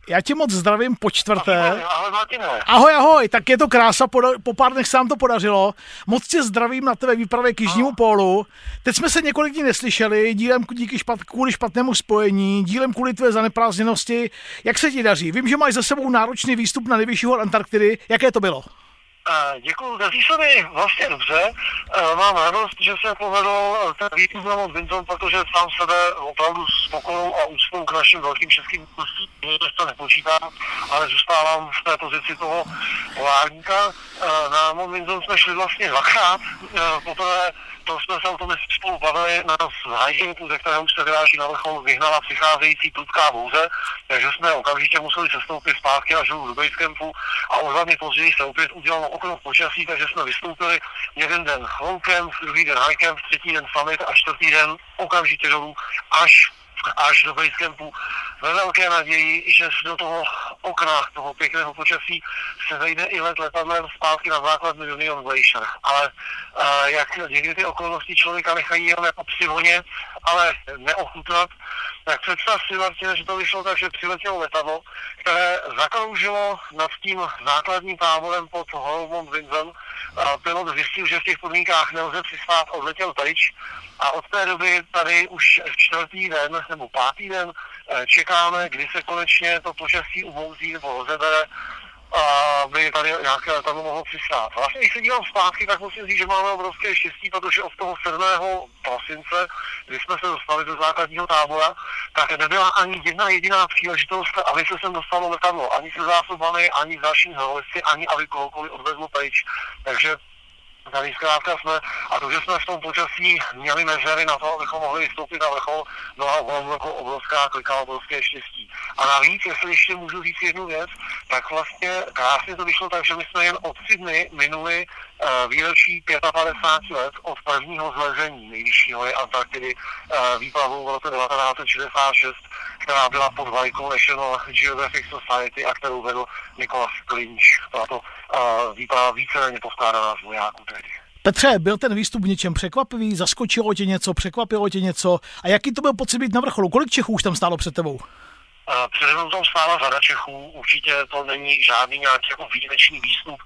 Já tě moc zdravím po čtvrté. Ahoj Martine. Ahoj, tak je to krása, po pár dnech se nám to podařilo. Moc tě zdravím na tvé výpravě k Jižnímu pólu. Teď jsme se několik dní neslyšeli, dílem kvůli špatnému spojení, dílem kvůli tvé zaneprázdněnosti. Jak se ti daří? Vím, že máš za sebou náročný výstup na nejvyšší hor Antarktidy. Jaké to bylo? Děkuju, daří se mi vlastně dobře. Mám radost, že se povedl ten výstup na Mount Vinson, protože sám sebe opravdu s pokorou a úctou k našim velkým českým ústím to nepočítám, ale zůstávám v té pozici toho polárníka. Na Mount Vinson jsme šli vlastně dvakrát. Poprvé to jsme se o tom spolu bavili na hikingu, ze kterého už se vyráží na vrchol, vyhnala přicházející prudká bouře, takže jsme okamžitě museli sestoupit zpátky až dolů do basecampu a o 2 dny později se opět udělalo okno v počasí, takže jsme vystoupili jeden den long camp, druhý den high camp, třetí den summit a čtvrtý den okamžitě dolů až do basecampu ve velké naději, že do toho okna, toho pěkného počasí se vejde i let letadlem zpátky na základ Union Glacier. Ale jak někdy ty okolnosti člověka nechají jenom jako při voně, ale neochutnat, tak představ si, Martine, že to vyšlo tak, že přiletělo letadlo, které zakroužilo nad tím základním táborem pod horou Mount Vinson. Pilot zjistil, že v těch podmínkách nelze přistát, odletěl pryč a od té doby tady už 4. den nebo 5. den čekáme, kdy se konečně to počasí umouzí nebo rozebere, aby tady nějaké letadlo mohlo přistát. Vlastně, když se dívám zpátky, tak musím říct, že máme obrovské štěstí, protože od toho 7. prosince, kdy jsme se dostali do základního tábora, tak nebyla ani jedna jediná příležitost, aby se sem dostalo letadlo. Ani se zásobami, ani s dalšími horolezci, ani aby kohokoliv odvezlo pryč. Takže tady zkrátka jsme, a to, že jsme v tom počasí měli mezery na to, abychom mohli vystoupit na vrchol, no a opravdu jako obrovská klika, obrovské štěstí. A navíc, jestli ještě můžu říct jednu věc, tak vlastně krásně to vyšlo tak, že my jsme jen o 3 dny minuli výročí 55 let od prvního zlezení nejvyššího Antarktidy výplavou v roce 1966, která byla pod vlajkou National Geographic Society a kterou vedl Nicholas Clinch. Byla to výprava víceméně poskládaná z vojáků tehdy. Petře, byl ten výstup v něčem překvapivý? Zaskočilo tě něco, překvapilo tě něco? A jaký to byl pocit být na vrcholu? Kolik Čechů už tam stálo před tebou? Přede mnou tam stála řada Čechů, určitě to není žádný nějaký jako výjimečný výstup,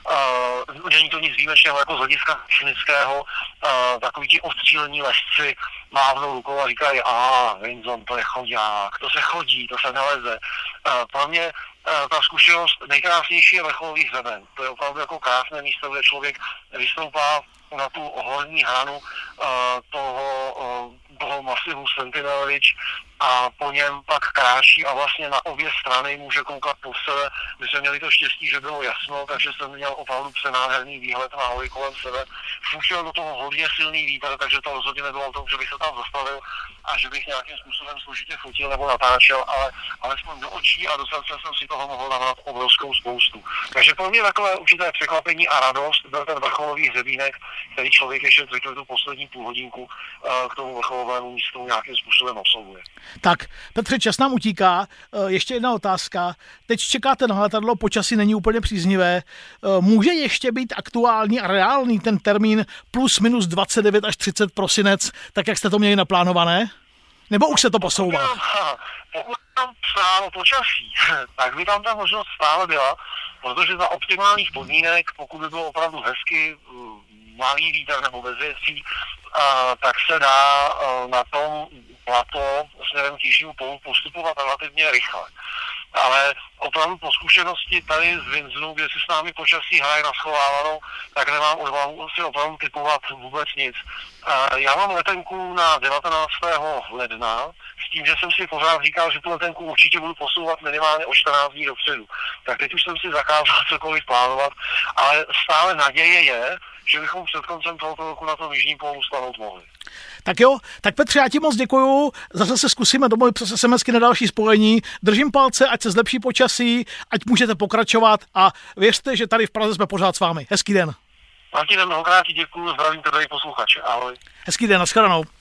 není to nic výjimečného jako z hlediska cynického, takový ti ostřílení lezci mávnou rukou a říkají, Vinson, to je chodák, to se chodí, to se neleze. Pro mě ta zkušenost nejkrásnější je vrcholový hřeben. To je opravdu jako krásné místo, kde člověk vystoupá na tu horní hranu toho masivu Sentinel Ridge a po něm pak kráčí a vlastně na obě strany může koukat po sebe. My jsme měli to štěstí, že bylo jasno, takže jsem měl opravdu přenádherný výhled na hory kolem sebe. Fušel do toho hodně silný vítr, takže to rozhodně nebylo o tom, že bych se tam zastavil a že bych nějakým způsobem složitě fotil nebo natáčel, ale alespoň do očí a do srdce jsem si toho mohl navrat obrovskou spoustu. Takže pro mě takové určité překvapení a radost byl ten vrcholový hřebínek, který člověk ještě tu poslední půlhodinku k tomu vrcholovému místu nějakým způsobem obsahuje. Tak, Petře, čas nám utíká. Ještě jedna otázka. Teď čekáte na letadlo, počasí není úplně příznivé. Může ještě být aktuální a reálný ten termín plus minus 29 až 30 prosinec, tak jak jste to měli naplánované? Nebo už se to posouvá? Pokud tam přálo počasí, tak by tam ta možnost stále byla, protože za optimálních podmínek, pokud by bylo opravdu hezky, malý vítr nebo bezvětří, tak se dá na tom plato směrem k Jižnímu pólu postupovat relativně rychle. Ale opravdu po zkušenosti tady z Vinzonu, kde si s námi počasí hraje na schovávanou, tak nemám odvahu si opravdu typovat vůbec nic. Já mám letenku na 19. ledna s tím, že jsem si pořád říkal, že tu letenku určitě budu posouvat minimálně o 14 dní dopředu. Tak teď už jsem si zakázal cokoliv plánovat, ale stále naděje je, že bychom před koncem tohoto roku na tom Jižním pólu stanout mohli. Tak jo, tak Petře, já ti moc děkuju, zase se zkusíme domluvit přes SMSky na další spojení, držím palce, ať se zlepší počasí, ať můžete pokračovat a věřte, že tady v Praze jsme pořád s vámi. Hezký den. Martine, mnohokrát ti děkuju, zdravím tebe i posluchače, ahoj. Hezký den, nashledanou.